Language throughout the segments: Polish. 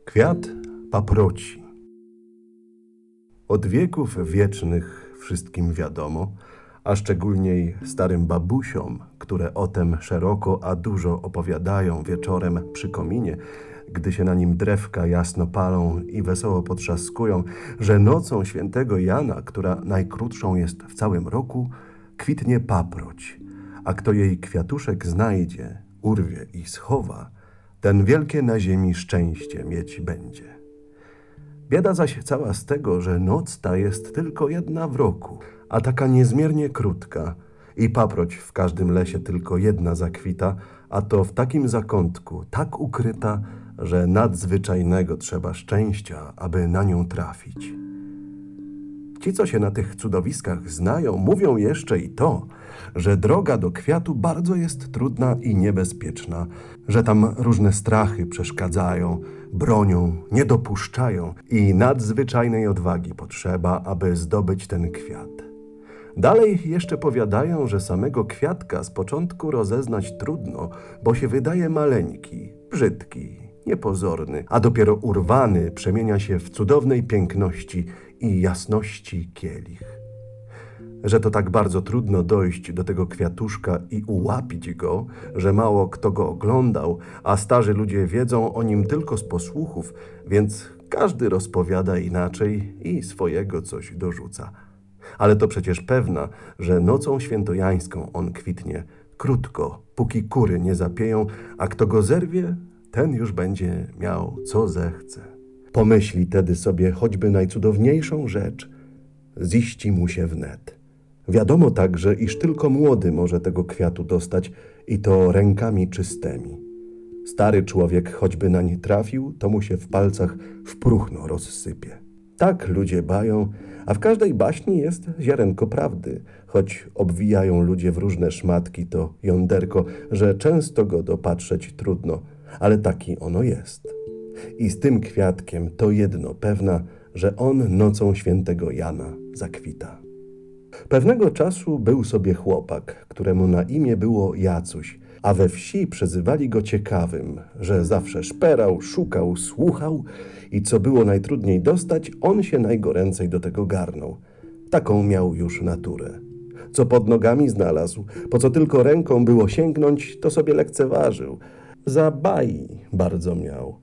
Kwiat paproci. Od wieków wiecznych wszystkim wiadomo, a szczególniej starym babusiom, które o tem szeroko a dużo opowiadają wieczorem przy kominie, gdy się na nim drewka jasno palą i wesoło potrzaskują, że nocą świętego Jana, która najkrótszą jest w całym roku, kwitnie paproć, a kto jej kwiatuszek znajdzie, urwie i schowa, ten wielkie na ziemi szczęście mieć będzie. Bieda zaś cała z tego, że noc ta jest tylko jedna w roku, a taka niezmiernie krótka i paproć w każdym lesie tylko jedna zakwita, a to w takim zakątku, tak ukryta, że nadzwyczajnego trzeba szczęścia, aby na nią trafić. Ci, co się na tych cudowiskach znają, mówią jeszcze i to, że droga do kwiatu bardzo jest trudna i niebezpieczna, że tam różne strachy przeszkadzają, bronią, nie dopuszczają i nadzwyczajnej odwagi potrzeba, aby zdobyć ten kwiat. Dalej jeszcze powiadają, że samego kwiatka z początku rozeznać trudno, bo się wydaje maleńki, brzydki, niepozorny, a dopiero urwany przemienia się w cudownej piękności i jasności kielich. Że to tak bardzo trudno dojść do tego kwiatuszka i ułapić go, że mało kto go oglądał, a starzy ludzie wiedzą o nim tylko z posłuchów, więc każdy rozpowiada inaczej i swojego coś dorzuca. Ale to przecież pewna, że nocą świętojańską on kwitnie krótko, póki kury nie zapieją, a kto go zerwie, ten już będzie miał co zechce. Pomyśli tedy sobie choćby najcudowniejszą rzecz, ziści mu się wnet. Wiadomo także, iż tylko młody może tego kwiatu dostać i to rękami czystymi. Stary człowiek choćby na nie trafił, to mu się w palcach w próchno rozsypie. Tak ludzie bają, a w każdej baśni jest ziarenko prawdy, choć obwijają ludzie w różne szmatki to jąderko, że często go dopatrzeć trudno, ale taki ono jest. I z tym kwiatkiem to jedno pewna, że on nocą świętego Jana zakwita. Pewnego czasu był sobie chłopak, któremu na imię było Jacuś, a we wsi przezywali go ciekawym, że zawsze szperał, szukał, słuchał i co było najtrudniej dostać, on się najgoręcej do tego garnął. Taką miał już naturę. Co pod nogami znalazł, po co tylko ręką było sięgnąć, to sobie lekceważył. Za bai bardzo miał.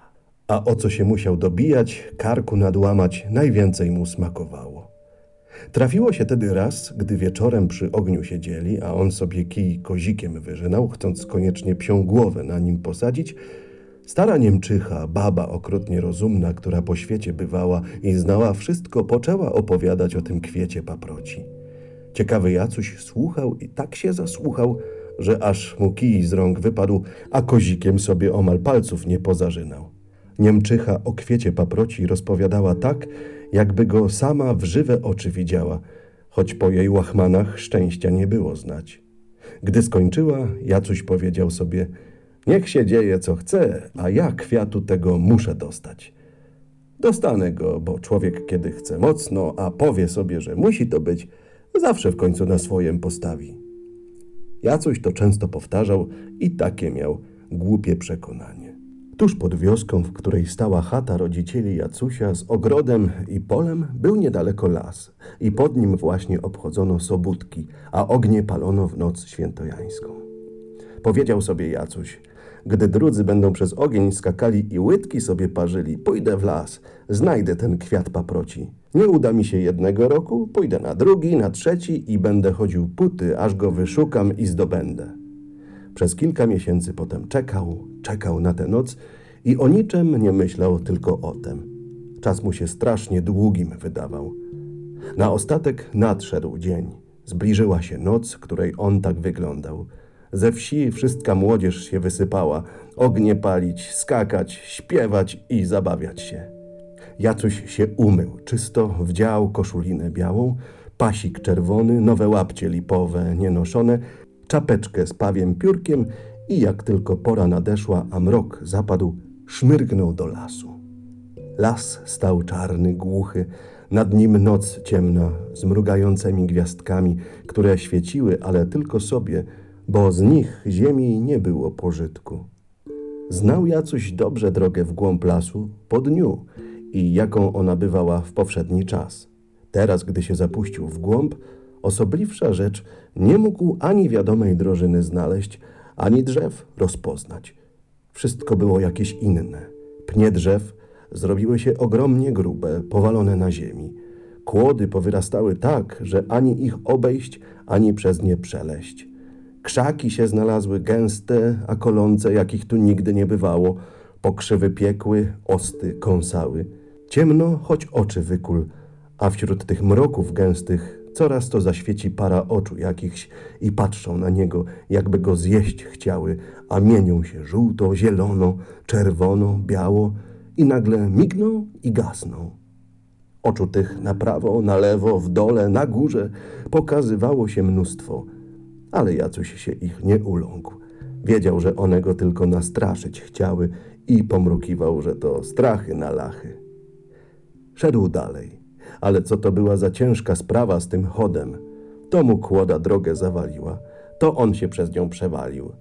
A o co się musiał dobijać, karku nadłamać, najwięcej mu smakowało. Trafiło się tedy raz, gdy wieczorem przy ogniu siedzieli, a on sobie kij kozikiem wyrzynał, chcąc koniecznie psią głowę na nim posadzić, stara Niemczycha, baba okrutnie rozumna, która po świecie bywała i znała wszystko, poczęła opowiadać o tym kwiecie paproci. Ciekawy Jacuś słuchał i tak się zasłuchał, że aż mu kij z rąk wypadł, a kozikiem sobie omal palców nie pozarzynał. Niemczycha o kwiecie paproci rozpowiadała tak, jakby go sama w żywe oczy widziała, choć po jej łachmanach szczęścia nie było znać. Gdy skończyła, Jacuś powiedział sobie: niech się dzieje co chce, a ja kwiatu tego muszę dostać. Dostanę go, bo człowiek kiedy chce mocno, a powie sobie, że musi to być, zawsze w końcu na swojem postawi. Jacuś to często powtarzał i takie miał głupie przekonanie. Tuż pod wioską, w której stała chata rodzicieli Jacusia z ogrodem i polem, był niedaleko las i pod nim właśnie obchodzono sobótki, a ognie palono w noc świętojańską. Powiedział sobie Jacuś: gdy drudzy będą przez ogień skakali i łydki sobie parzyli, pójdę w las, znajdę ten kwiat paproci. Nie uda mi się jednego roku, pójdę na drugi, na trzeci i będę chodził póty, aż go wyszukam i zdobędę. Przez kilka miesięcy potem czekał na tę noc i o niczym nie myślał, tylko o tem. Czas mu się strasznie długim wydawał. Na ostatek nadszedł dzień. Zbliżyła się noc, której on tak wyglądał. Ze wsi wszystka młodzież się wysypała. Ognie palić, skakać, śpiewać i zabawiać się. Jacuś się umył czysto, wdział koszulinę białą, pasik czerwony, nowe łapcie lipowe, nienoszone, czapeczkę z pawiem piórkiem i jak tylko pora nadeszła, a mrok zapadł, szmyrgnął do lasu. Las stał czarny, głuchy, nad nim noc ciemna, z mrugającymi gwiazdkami, które świeciły, ale tylko sobie, bo z nich ziemi nie było pożytku. Znał Jacuś dobrze drogę w głąb lasu po dniu i jaką ona bywała w powszedni czas. Teraz, gdy się zapuścił w głąb, osobliwsza rzecz, nie mógł ani wiadomej drożyny znaleźć, ani drzew rozpoznać. Wszystko było jakieś inne. Pnie drzew zrobiły się ogromnie grube, powalone na ziemi. Kłody powyrastały tak, że ani ich obejść, ani przez nie przeleść. Krzaki się znalazły gęste, a kolące, jakich tu nigdy nie bywało. Pokrzywy piekły, osty kąsały. Ciemno, choć oczy wykul, a wśród tych mroków gęstych coraz to zaświeci para oczu jakichś i patrzą na niego, jakby go zjeść chciały, a mienią się żółto, zielono, czerwono, biało i nagle migną i gasną. Oczu tych na prawo, na lewo, w dole, na górze pokazywało się mnóstwo, ale Jacuś się ich nie uląkł. Wiedział, że one go tylko nastraszyć chciały i pomrukiwał, że to strachy na lachy. Szedł dalej, ale co to była za ciężka sprawa z tym chodem. To mu kłoda drogę zawaliła, to on się przez nią przewalił.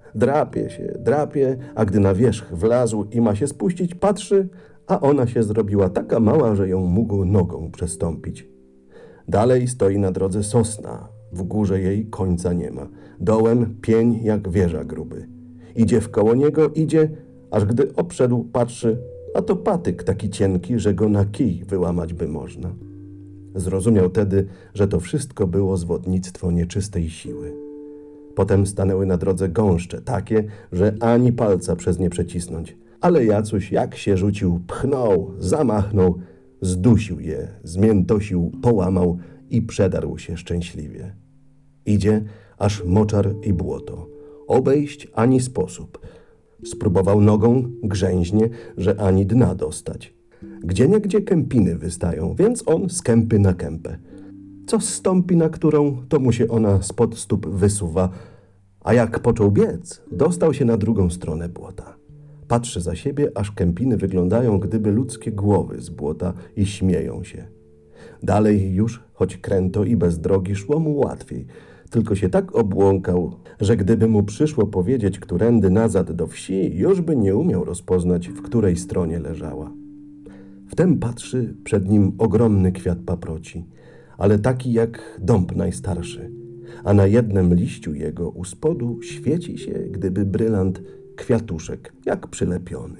Drapie, a gdy na wierzch wlazł i ma się spuścić, patrzy, a ona się zrobiła taka mała, że ją mógł nogą przestąpić. Dalej stoi na drodze sosna, w górze jej końca nie ma. Dołem pień jak wieża gruby. Idzie wkoło niego, idzie, aż gdy obszedł, patrzy, a to patyk taki cienki, że go na kij wyłamać by można. Zrozumiał tedy, że to wszystko było zwodnictwo nieczystej siły. Potem stanęły na drodze gąszcze, takie, że ani palca przez nie przecisnąć. Ale Jacuś jak się rzucił, pchnął, zamachnął, zdusił je, zmiętosił, połamał i przedarł się szczęśliwie. Idzie, aż moczar i błoto. Obejść ani sposób. Spróbował nogą, grzęźnie, że ani dna dostać. Gdzieniegdzie kępiny wystają, więc on z kępy na kępę. Co zstąpi na którą, to mu się ona spod stóp wysuwa, a jak począł biec, dostał się na drugą stronę błota. Patrzy za siebie, aż kępiny wyglądają gdyby ludzkie głowy z błota i śmieją się. Dalej już, choć kręto i bez drogi, szło mu łatwiej, tylko się tak obłąkał, że gdyby mu przyszło powiedzieć, którędy nazad do wsi, już by nie umiał rozpoznać, w której stronie leżała. Wtem patrzy przed nim ogromny kwiat paproci, ale taki jak dąb najstarszy, a na jednym liściu jego u spodu świeci się, gdyby brylant, kwiatuszek, jak przylepiony.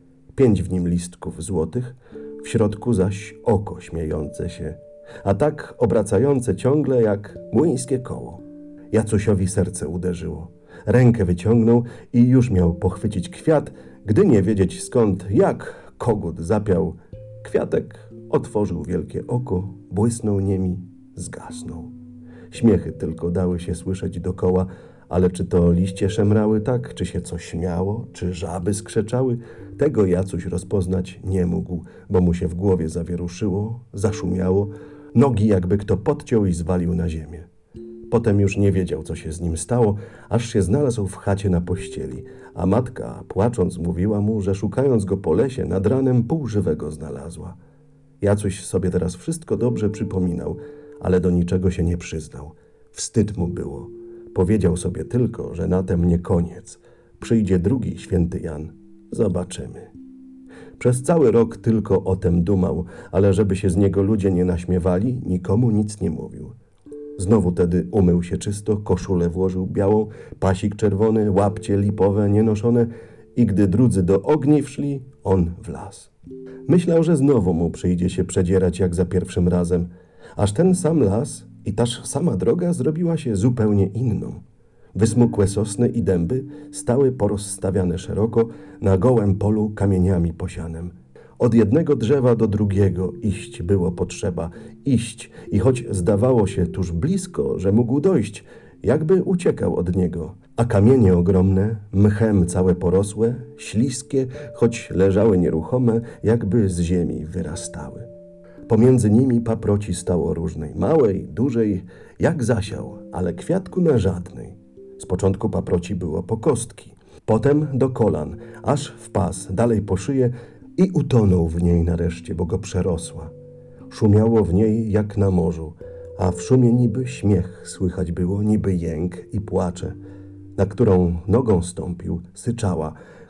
5 w nim listków złotych, w środku zaś oko śmiejące się, a tak obracające ciągle jak młyńskie koło. Jacusiowi serce uderzyło. Rękę wyciągnął i już miał pochwycić kwiat, gdy nie wiedzieć skąd, jak kogut zapiał. Kwiatek otworzył wielkie oko, błysnął niemi, zgasnął. Śmiechy tylko dały się słyszeć dokoła, ale czy to liście szemrały tak, czy się coś śmiało, czy żaby skrzeczały, tego Jacuś rozpoznać nie mógł, bo mu się w głowie zawieruszyło, zaszumiało, nogi jakby kto podciął i zwalił na ziemię. Potem już nie wiedział, co się z nim stało, aż się znalazł w chacie na pościeli, a matka, płacząc, mówiła mu, że szukając go po lesie, nad ranem półżywego znalazła. Jacuś sobie teraz wszystko dobrze przypominał, ale do niczego się nie przyznał. Wstyd mu było. Powiedział sobie tylko, że na tem nie koniec. Przyjdzie drugi święty Jan. Zobaczymy. Przez cały rok tylko o tem dumał, ale żeby się z niego ludzie nie naśmiewali, nikomu nic nie mówił. Znowu tedy umył się czysto, koszulę włożył białą, pasik czerwony, łapcie lipowe nienoszone i gdy drudzy do ogni wszli, on w las. Myślał, że znowu mu przyjdzie się przedzierać jak za pierwszym razem, aż ten sam las i taż sama droga zrobiła się zupełnie inną. Wysmukłe sosny i dęby stały porozstawiane szeroko na gołym polu kamieniami posianem. Od jednego drzewa do drugiego iść było potrzeba, iść i choć zdawało się tuż blisko, że mógł dojść, jakby uciekał od niego. A kamienie ogromne, mchem całe porosłe, śliskie, choć leżały nieruchome, jakby z ziemi wyrastały. Pomiędzy nimi paproci stało różnej, małej, dużej, jak zasiał, ale kwiatku na żadnej. Z początku paproci było po kostki, potem do kolan, aż w pas, dalej po szyję i utonął w niej nareszcie, bo go przerosła. Szumiało w niej jak na morzu, a w szumie niby śmiech słychać było, niby jęk i płacze. Na którą nogą stąpił, syczała,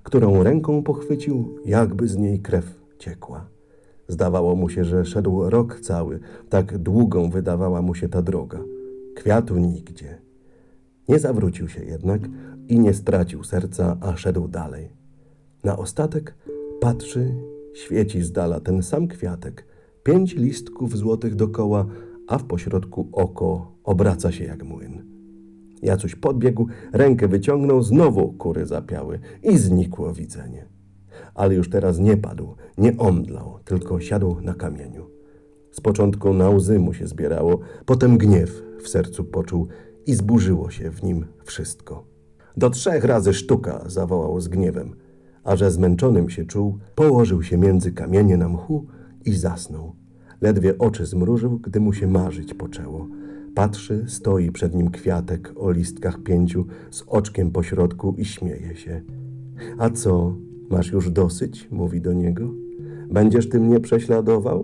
którą ręką pochwycił, jakby z niej krew ciekła. Zdawało mu się, że szedł rok cały, tak długą wydawała mu się ta droga. Kwiatu nigdzie. Nie zawrócił się jednak i nie stracił serca, a szedł dalej. Na ostatek patrzy, świeci z dala ten sam kwiatek, 5 listków złotych dokoła, a w pośrodku oko obraca się jak młyn. Jacuś podbiegł, rękę wyciągnął, znowu kury zapiały i znikło widzenie. Ale już teraz nie padł, nie omdlał, tylko siadł na kamieniu. Z początku na łzy mu się zbierało, potem gniew w sercu poczuł i zburzyło się w nim wszystko. Do 3 razy sztuka, zawołał z gniewem, a że zmęczonym się czuł, położył się między kamienie na mchu i zasnął. Ledwie oczy zmrużył, gdy mu się marzyć poczęło. Patrzy, stoi przed nim kwiatek o listkach 5 z oczkiem po środku i śmieje się. A co, masz już dosyć? Mówi do niego. Będziesz ty mnie prześladował?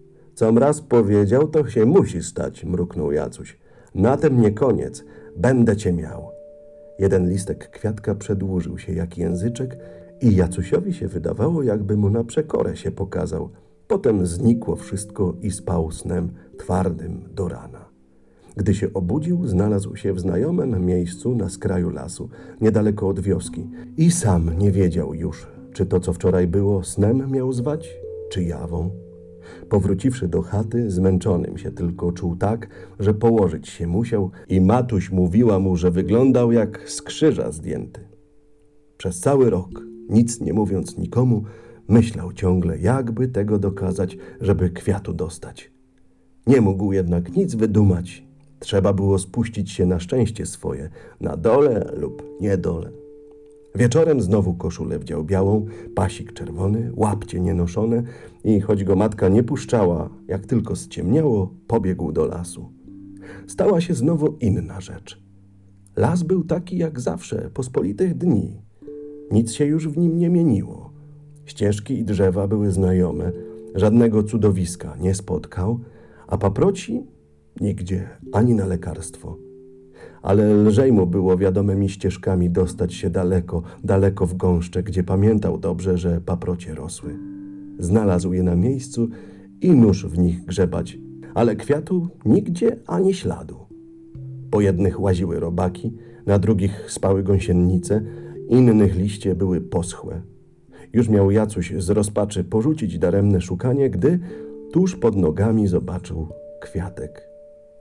Com raz powiedział, to się musi stać, mruknął Jacuś. Na tym nie koniec, będę cię miał. Jeden listek kwiatka przedłużył się jak języczek i Jacusiowi się wydawało, jakby mu na przekorę się pokazał. Potem znikło wszystko i spał snem twardym do rana. Gdy się obudził, znalazł się w znajomym miejscu na skraju lasu, niedaleko od wioski i sam nie wiedział już, czy to, co wczoraj było, snem miał zwać, czy jawą. Powróciwszy do chaty, zmęczonym się tylko czuł tak, że położyć się musiał i matuś mówiła mu, że wyglądał jak z krzyża zdjęty. Przez cały rok, nic nie mówiąc nikomu, myślał ciągle, jakby tego dokazać, żeby kwiatu dostać. Nie mógł jednak nic wydumać. Trzeba było spuścić się na szczęście swoje, na dole lub niedole. Wieczorem znowu koszulę wdział białą, pasik czerwony, łapcie nienoszone i choć go matka nie puszczała, jak tylko ściemniało, pobiegł do lasu. Stała się znowu inna rzecz. Las był taki jak zawsze, pospolitych dni. Nic się już w nim nie mieniło. Ścieżki i drzewa były znajome, żadnego cudowiska nie spotkał, a paproci nigdzie, ani na lekarstwo. Ale lżej mu było wiadomymi ścieżkami dostać się daleko, daleko w gąszcze, gdzie pamiętał dobrze, że paprocie rosły. Znalazł je na miejscu i nóż w nich grzebać, ale kwiatu nigdzie ani śladu. Po jednych łaziły robaki, na drugich spały gąsienice, innych liście były poschłe. Już miał Jacuś z rozpaczy porzucić daremne szukanie, gdy tuż pod nogami zobaczył kwiatek.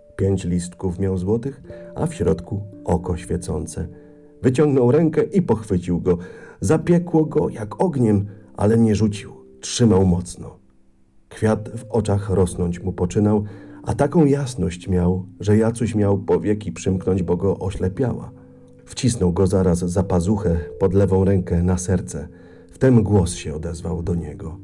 5 listków miał złotych, a w środku oko świecące. Wyciągnął rękę i pochwycił go. Zapiekło go jak ogniem, ale nie rzucił. Trzymał mocno. Kwiat w oczach rosnąć mu poczynał, a taką jasność miał, że Jacuś miał powieki przymknąć, bo go oślepiała. Wcisnął go zaraz za pazuchę pod lewą rękę na serce. Wtem głos się odezwał do niego.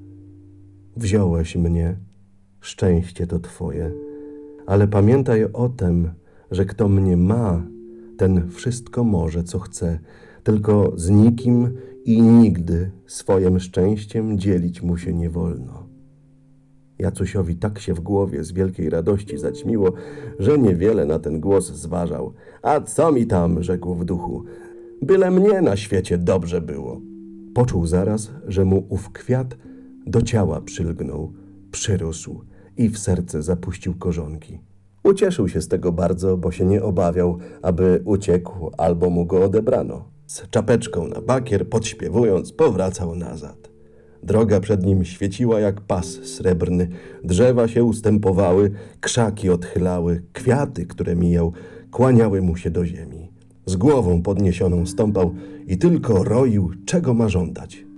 Wziąłeś mnie, szczęście to twoje, ale pamiętaj o tem, że kto mnie ma, ten wszystko może, co chce, tylko z nikim i nigdy swoim szczęściem dzielić mu się nie wolno. Jacusiowi tak się w głowie z wielkiej radości zaćmiło, że niewiele na ten głos zważał. A co mi tam, rzekł w duchu, byle mnie na świecie dobrze było. Poczuł zaraz, że mu ów kwiat do ciała przylgnął, przyrósł i w serce zapuścił korzonki. Ucieszył się z tego bardzo, bo się nie obawiał, aby uciekł albo mu go odebrano. Z czapeczką na bakier, podśpiewując, powracał nazad. Droga przed nim świeciła jak pas srebrny, drzewa się ustępowały, krzaki odchylały, kwiaty, które mijał, kłaniały mu się do ziemi. Z głową podniesioną stąpał i tylko roił, czego ma żądać.